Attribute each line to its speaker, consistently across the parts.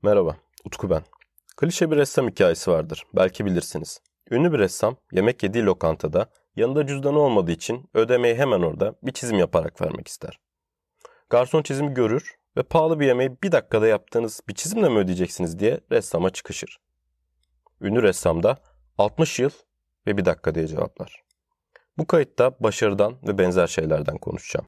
Speaker 1: Merhaba, Utku ben. Klişe bir ressam hikayesi vardır, belki bilirsiniz. Ünlü bir ressam, yemek yediği lokantada, yanında cüzdanı olmadığı için ödemeyi hemen orada bir çizim yaparak vermek ister. Garson çizimi görür ve pahalı bir yemeği bir dakikada yaptığınız bir çizimle mi ödeyeceksiniz diye ressama çıkışır. Ünlü ressam da 60 yıl ve bir dakika diye cevaplar. Bu kayıtta başarıdan ve benzer şeylerden konuşacağım.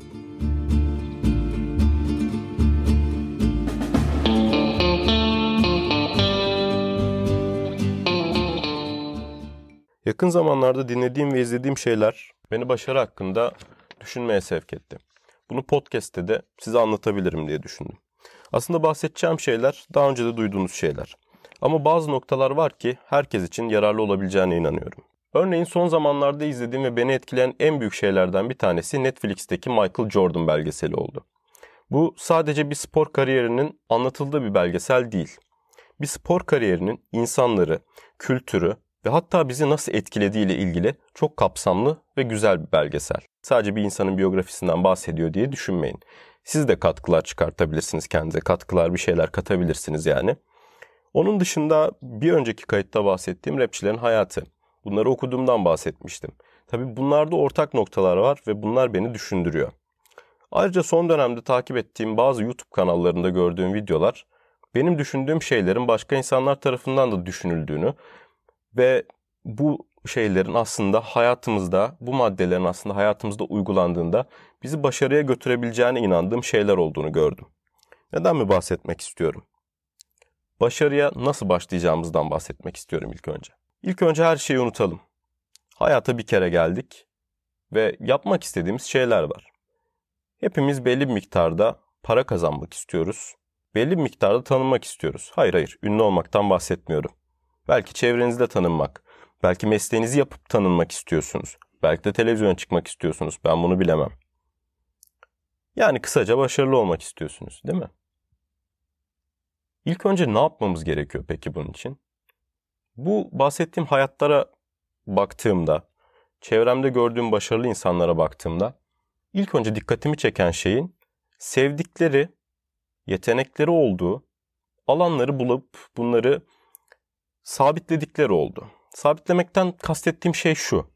Speaker 1: Yakın zamanlarda dinlediğim ve izlediğim şeyler beni başarı hakkında düşünmeye sevk etti. Bunu podcast'te de size anlatabilirim diye düşündüm. Aslında bahsedeceğim şeyler daha önce de duyduğunuz şeyler. Ama bazı noktalar var ki herkes için yararlı olabileceğine inanıyorum. Örneğin son zamanlarda izlediğim ve beni etkileyen en büyük şeylerden bir tanesi Netflix'teki Michael Jordan belgeseli oldu. Bu sadece bir spor kariyerinin anlatıldığı bir belgesel değil. Bir spor kariyerinin insanları, kültürü ve hatta bizi nasıl etkilediğiyle ilgili çok kapsamlı ve güzel bir belgesel. Sadece bir insanın biyografisinden bahsediyor diye düşünmeyin. Siz de katkılar çıkartabilirsiniz kendinize, katkılar bir şeyler katabilirsiniz yani. Onun dışında bir önceki kayıtta bahsettiğim rapçilerin hayatı. Bunları okuduğumdan bahsetmiştim. Tabii bunlarda ortak noktalar var ve bunlar beni düşündürüyor. Ayrıca son dönemde takip ettiğim bazı YouTube kanallarında gördüğüm videolar benim düşündüğüm şeylerin başka insanlar tarafından da düşünüldüğünü ve bu şeylerin aslında hayatımızda, bu maddelerin aslında hayatımızda uygulandığında bizi başarıya götürebileceğine inandığım şeyler olduğunu gördüm. Neden mi bahsetmek istiyorum? Başarıya nasıl başlayacağımızdan bahsetmek istiyorum ilk önce. İlk önce her şeyi unutalım. Hayata bir kere geldik ve yapmak istediğimiz şeyler var. Hepimiz belli bir miktarda para kazanmak istiyoruz. Belli bir miktarda tanınmak istiyoruz. Hayır, ünlü olmaktan bahsetmiyorum. Belki çevrenizde tanınmak, belki mesleğinizi yapıp tanınmak istiyorsunuz. Belki de televizyona çıkmak istiyorsunuz. Ben bunu bilemem. Yani kısaca başarılı olmak istiyorsunuz, değil mi? İlk önce ne yapmamız gerekiyor peki bunun için? Bu bahsettiğim hayatlara baktığımda, çevremde gördüğüm başarılı insanlara baktığımda, ilk önce dikkatimi çeken şeyin sevdikleri, yetenekleri olduğu alanları bulup bunları sabitledikleri oldu. Sabitlemekten kastettiğim şey şu.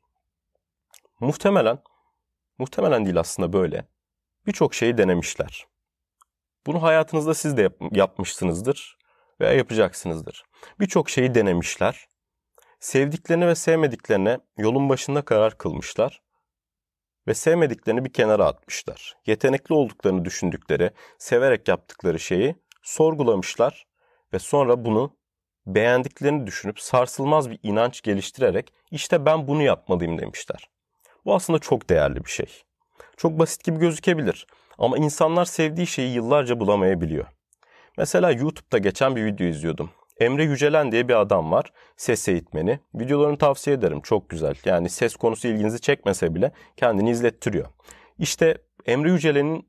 Speaker 1: Muhtemelen değil aslında böyle. Birçok şeyi denemişler. Bunu hayatınızda siz de yapmışsınızdır veya yapacaksınızdır. Birçok şeyi denemişler. Sevdiklerini ve sevmediklerine yolun başında karar kılmışlar. Ve sevmediklerini bir kenara atmışlar. Yetenekli olduklarını düşündükleri, severek yaptıkları şeyi sorgulamışlar ve sonra bunu beğendiklerini düşünüp sarsılmaz bir inanç geliştirerek işte ben bunu yapmalıyım demişler. Bu aslında çok değerli bir şey. Çok basit gibi gözükebilir ama insanlar sevdiği şeyi yıllarca bulamayabiliyor. Mesela YouTube'da geçen bir video izliyordum. Emre Yücelen diye bir adam var. Ses eğitmeni. Videolarını tavsiye ederim. Çok güzel. Yani ses konusu ilginizi çekmese bile kendini izlettiriyor. İşte Emre Yücelen'in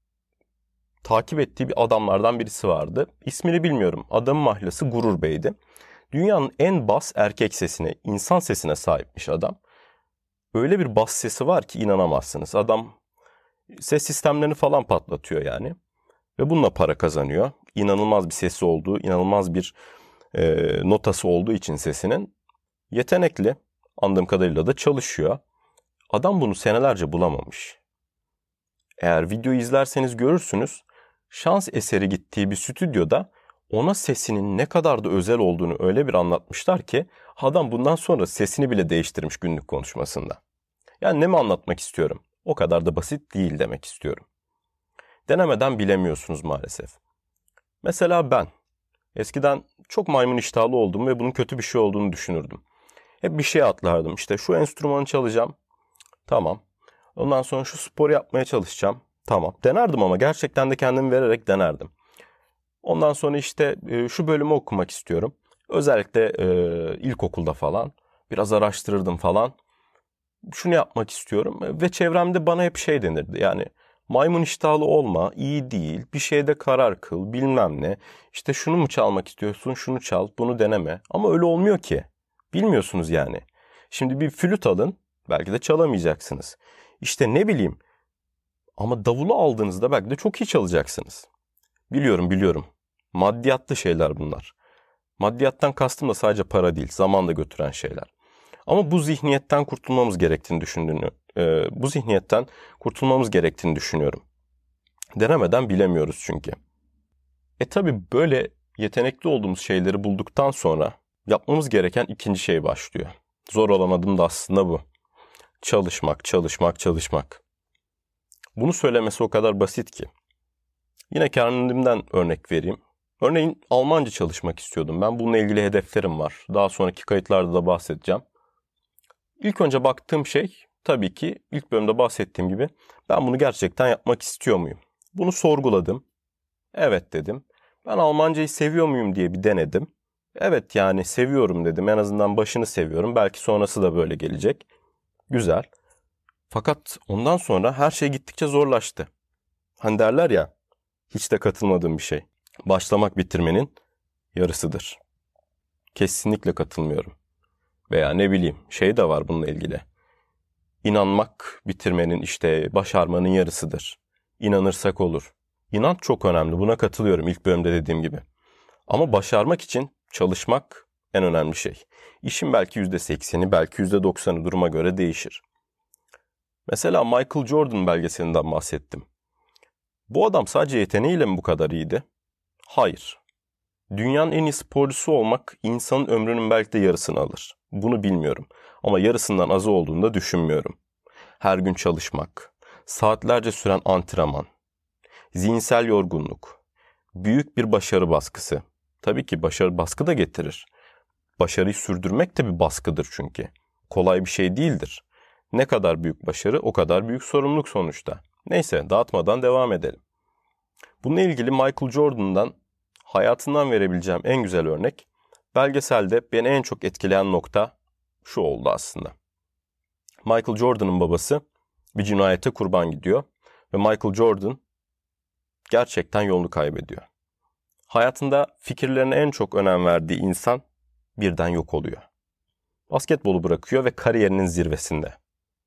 Speaker 1: takip ettiği bir adamlardan birisi vardı. İsmini bilmiyorum. Adamın mahlası Gurur Bey'di. Dünyanın en bas erkek sesine, insan sesine sahipmiş adam. Öyle bir bas sesi var ki inanamazsınız. Adam ses sistemlerini falan patlatıyor yani. Ve bununla para kazanıyor. İnanılmaz bir sesi olduğu, inanılmaz bir notası olduğu için sesinin. Yetenekli, anladığım kadarıyla da çalışıyor. Adam bunu senelerce bulamamış. Eğer videoyu izlerseniz görürsünüz, şans eseri gittiği bir stüdyoda ona sesinin ne kadar da özel olduğunu öyle bir anlatmışlar ki adam bundan sonra sesini bile değiştirmiş günlük konuşmasında. Yani ne mi anlatmak istiyorum? O kadar da basit değil demek istiyorum. Denemeden bilemiyorsunuz maalesef. Mesela ben eskiden çok maymun iştahlı oldum ve bunun kötü bir şey olduğunu düşünürdüm. Hep bir şey atlardım. İşte şu enstrümanı çalacağım. Tamam. Ondan sonra şu spor yapmaya çalışacağım. Tamam. Denerdim ama gerçekten de kendimi vererek denerdim. Ondan sonra işte şu bölümü okumak istiyorum. Özellikle ilkokulda falan. Biraz araştırırdım falan. Şunu yapmak istiyorum. Ve çevremde bana hep şey denirdi. Yani maymun iştahlı olma, iyi değil, bir şeyde karar kıl, bilmem ne. İşte şunu mu çalmak istiyorsun, şunu çal, bunu deneme. Ama öyle olmuyor ki. Bilmiyorsunuz yani. Şimdi bir flüt alın, belki de çalamayacaksınız. İşte ne bileyim. Ama davulu aldığınızda belki de çok iyi çalacaksınız. Biliyorum. Maddiyatlı şeyler bunlar. Maddiyattan kastım da sadece para değil, zaman da götüren şeyler. Ama bu zihniyetten kurtulmamız gerektiğini düşünüyorum. Denemeden bilemiyoruz çünkü. Tabii böyle yetenekli olduğumuz şeyleri bulduktan sonra yapmamız gereken ikinci şey başlıyor. Zor olan adım da aslında bu. Çalışmak, çalışmak, çalışmak. Bunu söylemesi o kadar basit ki. Yine kendimden örnek vereyim. Örneğin Almanca çalışmak istiyordum. Ben bununla ilgili hedeflerim var. Daha sonraki kayıtlarda da bahsedeceğim. İlk önce baktığım şey tabii ki ilk bölümde bahsettiğim gibi ben bunu gerçekten yapmak istiyor muyum? Bunu sorguladım. Evet dedim. Ben Almancayı seviyor muyum diye bir denedim. Evet yani seviyorum dedim. En azından başını seviyorum. Belki sonrası da böyle gelecek. Güzel. Fakat ondan sonra her şey gittikçe zorlaştı. Hani derler ya, hiç de katılmadığım bir şey. Başlamak bitirmenin yarısıdır. Kesinlikle katılmıyorum. Veya ne bileyim şey de var bununla ilgili. İnanmak bitirmenin başarmanın yarısıdır. İnanırsak olur. İnanç çok önemli. Buna katılıyorum ilk bölümde dediğim gibi. Ama başarmak için çalışmak en önemli şey. İşin belki %80'i, belki %90'ı duruma göre değişir. Mesela Michael Jordan belgeselinden bahsettim. Bu adam sadece yeteneğiyle mi bu kadar iyiydi? Hayır. Dünyanın en iyi sporcusu olmak insanın ömrünün belki de yarısını alır. Bunu bilmiyorum. Ama yarısından azı olduğunu da düşünmüyorum. Her gün çalışmak, saatlerce süren antrenman, zihinsel yorgunluk, büyük bir başarı baskısı. Tabii ki başarı baskı da getirir. Başarıyı sürdürmek de bir baskıdır çünkü. Kolay bir şey değildir. Ne kadar büyük başarı o kadar büyük sorumluluk sonuçta. Neyse dağıtmadan devam edelim. Bununla ilgili Michael Jordan'dan hayatından verebileceğim en güzel örnek, belgeselde beni en çok etkileyen nokta şu oldu aslında. Michael Jordan'ın babası bir cinayete kurban gidiyor ve Michael Jordan gerçekten yolunu kaybediyor. Hayatında fikirlerine en çok önem verdiği insan birden yok oluyor. Basketbolu bırakıyor ve kariyerinin zirvesinde.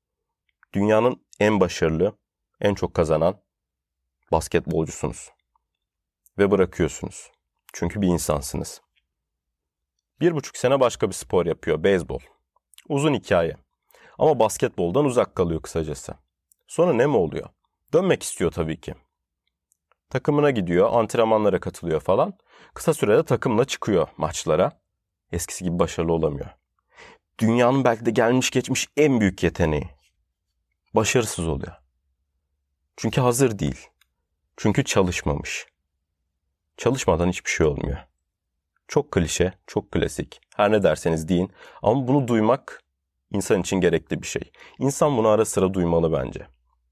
Speaker 1: Dünyanın en başarılı, en çok kazanan basketbolcusunuz. Ve bırakıyorsunuz. Çünkü bir insansınız. 1,5 sene başka bir spor yapıyor, beyzbol. Uzun hikaye. Ama basketboldan uzak kalıyor kısacası. Sonra ne mi oluyor? Dönmek istiyor tabii ki. Takımına gidiyor, antrenmanlara katılıyor falan. Kısa sürede takımla çıkıyor maçlara. Eskisi gibi başarılı olamıyor. Dünyanın belki de gelmiş geçmiş en büyük yeteneği. Başarısız oluyor. Çünkü hazır değil. Çünkü çalışmamış. Çalışmadan hiçbir şey olmuyor. Çok klişe, çok klasik. Her ne derseniz deyin. Ama bunu duymak insan için gerekli bir şey. İnsan bunu ara sıra duymalı bence.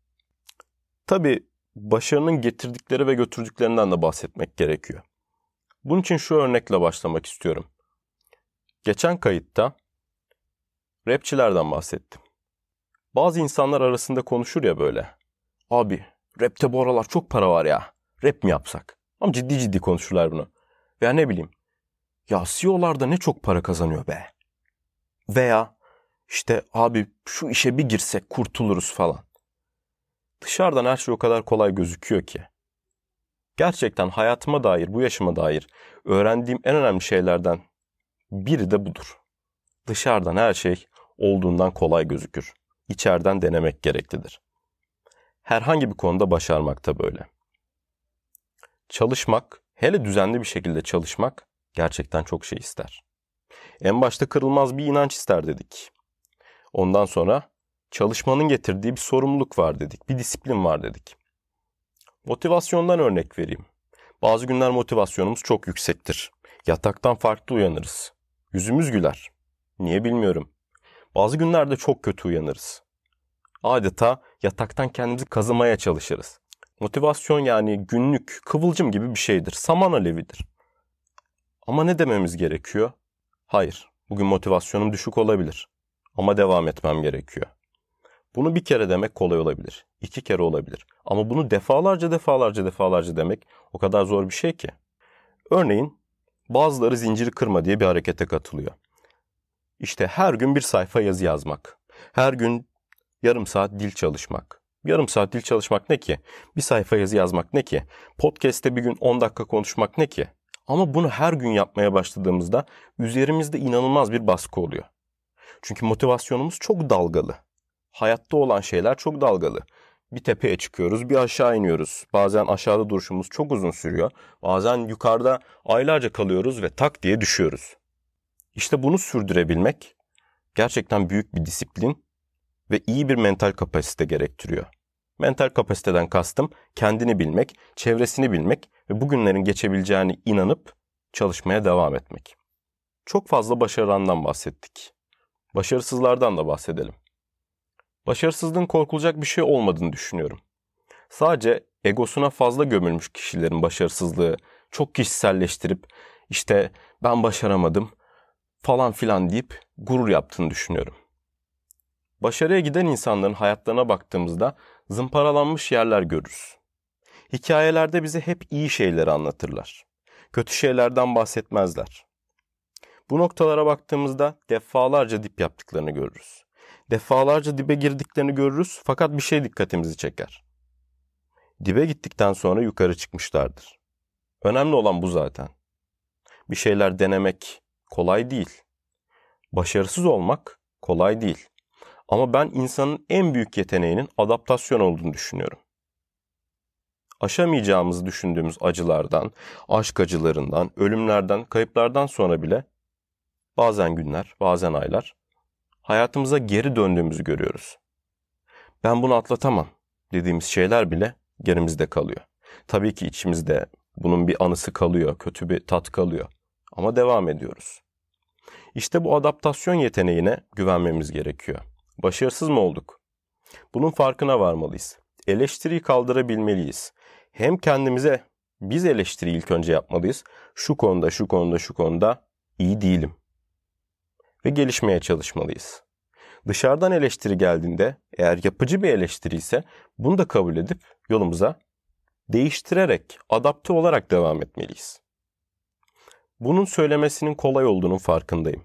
Speaker 1: Tabii başarının getirdikleri ve götürdüklerinden de bahsetmek gerekiyor. Bunun için şu örnekle başlamak istiyorum. Geçen kayıtta rapçilerden bahsettim. Bazı insanlar arasında konuşur ya böyle. Abi rapte bu aralar çok para var ya. Rap mi yapsak? Ama ciddi ciddi konuşurlar bunu. Veya ne bileyim. Ya CEO'lar da ne çok para kazanıyor be. Veya abi şu işe bir girsek kurtuluruz falan. Dışarıdan her şey o kadar kolay gözüküyor ki. Gerçekten hayatıma dair, bu yaşıma dair öğrendiğim en önemli şeylerden biri de budur. Dışarıdan her şey olduğundan kolay gözükür. İçeriden denemek gereklidir. Herhangi bir konuda başarmak da böyle. Çalışmak, hele düzenli bir şekilde çalışmak gerçekten çok şey ister. En başta kırılmaz bir inanç ister dedik. Ondan sonra çalışmanın getirdiği bir sorumluluk var dedik, bir disiplin var dedik. Motivasyondan örnek vereyim. Bazı günler motivasyonumuz çok yüksektir. Yataktan farklı uyanırız. Yüzümüz güler. Niye bilmiyorum. Bazı günlerde çok kötü uyanırız. Adeta yataktan kendimizi kazımaya çalışırız. Motivasyon yani günlük, kıvılcım gibi bir şeydir. Saman alevidir. Ama ne dememiz gerekiyor? Hayır, bugün motivasyonum düşük olabilir. Ama devam etmem gerekiyor. Bunu bir kere demek kolay olabilir. 2 kere olabilir. Ama bunu defalarca demek o kadar zor bir şey ki. Örneğin bazıları zinciri kırma diye bir harekete katılıyor. Her gün bir sayfa yazı yazmak. Her gün yarım saat dil çalışmak. Yarım saat dil çalışmak ne ki? Bir sayfa yazı yazmak ne ki? Podcast'te bir gün 10 dakika konuşmak ne ki? Ama bunu her gün yapmaya başladığımızda üzerimizde inanılmaz bir baskı oluyor. Çünkü motivasyonumuz çok dalgalı. Hayatta olan şeyler çok dalgalı. Bir tepeye çıkıyoruz, bir aşağı iniyoruz. Bazen aşağıda duruşumuz çok uzun sürüyor. Bazen yukarıda aylarca kalıyoruz ve tak diye düşüyoruz. İşte bunu sürdürebilmek gerçekten büyük bir disiplin ve iyi bir mental kapasite gerektiriyor. Mental kapasiteden kastım kendini bilmek, çevresini bilmek ve bugünlerin geçebileceğine inanıp çalışmaya devam etmek. Çok fazla başarıdan bahsettik. Başarısızlardan da bahsedelim. Başarısızlığın korkulacak bir şey olmadığını düşünüyorum. Sadece egosuna fazla gömülmüş kişilerin başarısızlığı çok kişiselleştirip işte ben başaramadım falan filan deyip gurur yaptığını düşünüyorum. Başarıya giden insanların hayatlarına baktığımızda zımparalanmış yerler görürüz. Hikayelerde bize hep iyi şeyleri anlatırlar. Kötü şeylerden bahsetmezler. Bu noktalara baktığımızda defalarca dip yaptıklarını görürüz. Defalarca dibe girdiklerini görürüz fakat bir şey dikkatimizi çeker. Dibe gittikten sonra yukarı çıkmışlardır. Önemli olan bu zaten. Bir şeyler denemek kolay değil. Başarısız olmak kolay değil. Ama ben insanın en büyük yeteneğinin adaptasyon olduğunu düşünüyorum. Aşamayacağımızı düşündüğümüz acılardan, aşk acılarından, ölümlerden, kayıplardan sonra bile bazen günler, bazen aylar hayatımıza geri döndüğümüzü görüyoruz. Ben bunu atlatamam dediğimiz şeyler bile gerimizde kalıyor. Tabii ki içimizde bunun bir anısı kalıyor, kötü bir tat kalıyor. Ama devam ediyoruz. İşte bu adaptasyon yeteneğine güvenmemiz gerekiyor. Başarısız mı olduk? Bunun farkına varmalıyız. Eleştiriyi kaldırabilmeliyiz. Hem kendimize biz eleştiriyi ilk önce yapmalıyız. Şu konuda iyi değilim. Ve gelişmeye çalışmalıyız. Dışarıdan eleştiri geldiğinde eğer yapıcı bir eleştiri ise bunu da kabul edip yolumuza değiştirerek, adapte olarak devam etmeliyiz. Bunun söylemesinin kolay olduğunun farkındayım.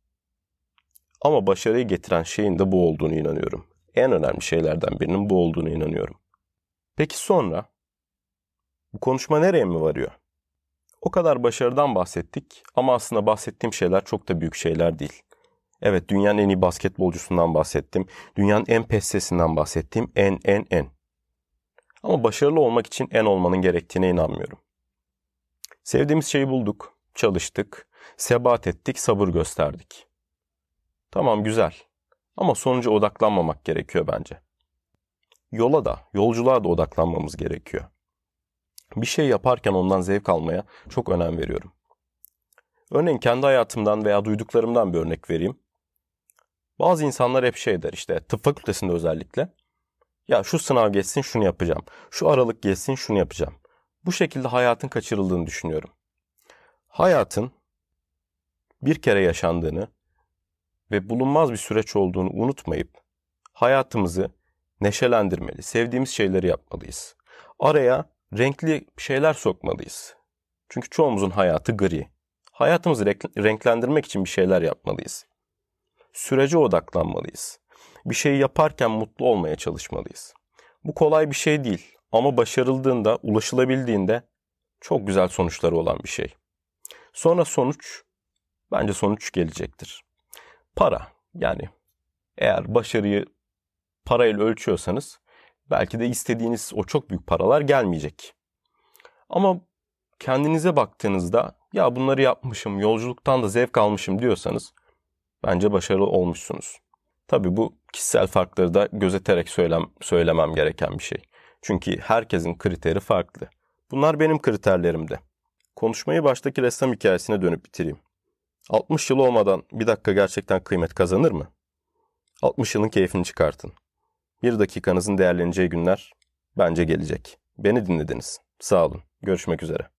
Speaker 1: Ama başarıyı getiren şeyin de bu olduğunu inanıyorum. En önemli şeylerden birinin bu olduğunu inanıyorum. Peki sonra? Bu konuşma nereye mi varıyor? O kadar başarıdan bahsettik ama aslında bahsettiğim şeyler çok da büyük şeyler değil. Evet, dünyanın en iyi basketbolcusundan bahsettim. Dünyanın en pes sesinden bahsettim. En. Ama başarılı olmak için en olmanın gerektiğine inanmıyorum. Sevdiğimiz şeyi bulduk, çalıştık, sebat ettik, sabır gösterdik. Tamam, güzel. Ama sonuca odaklanmamak gerekiyor bence. Yolculuğa da odaklanmamız gerekiyor. Bir şey yaparken ondan zevk almaya çok önem veriyorum. Örneğin kendi hayatımdan veya duyduklarımdan bir örnek vereyim. Bazı insanlar hep şey der, işte tıp fakültesinde özellikle. Ya şu sınav geçsin şunu yapacağım. Şu aralık geçsin şunu yapacağım. Bu şekilde hayatın kaçırıldığını düşünüyorum. Hayatın bir kere yaşandığını ve bulunmaz bir süreç olduğunu unutmayıp hayatımızı neşelendirmeli, sevdiğimiz şeyleri yapmalıyız. Araya renkli şeyler sokmalıyız. Çünkü çoğumuzun hayatı gri. Hayatımızı renklendirmek için bir şeyler yapmalıyız. Sürece odaklanmalıyız. Bir şeyi yaparken mutlu olmaya çalışmalıyız. Bu kolay bir şey değil ama başarıldığında, ulaşılabildiğinde çok güzel sonuçları olan bir şey. Sonra bence sonuç gelecektir. Para, yani eğer başarıyı parayla ölçüyorsanız belki de istediğiniz o çok büyük paralar gelmeyecek. Ama kendinize baktığınızda ya bunları yapmışım, yolculuktan da zevk almışım diyorsanız bence başarılı olmuşsunuz. Tabii bu kişisel farkları da gözeterek söylemem gereken bir şey. Çünkü herkesin kriteri farklı. Bunlar benim kriterlerimde. Konuşmayı baştaki ressam hikayesine dönüp bitireyim. 60 yıl olmadan bir dakika gerçekten kıymet kazanır mı? 60 yılın keyfini çıkartın. Bir dakikanızın değerleneceği günler bence gelecek. Beni dinlediniz. Sağ olun. Görüşmek üzere.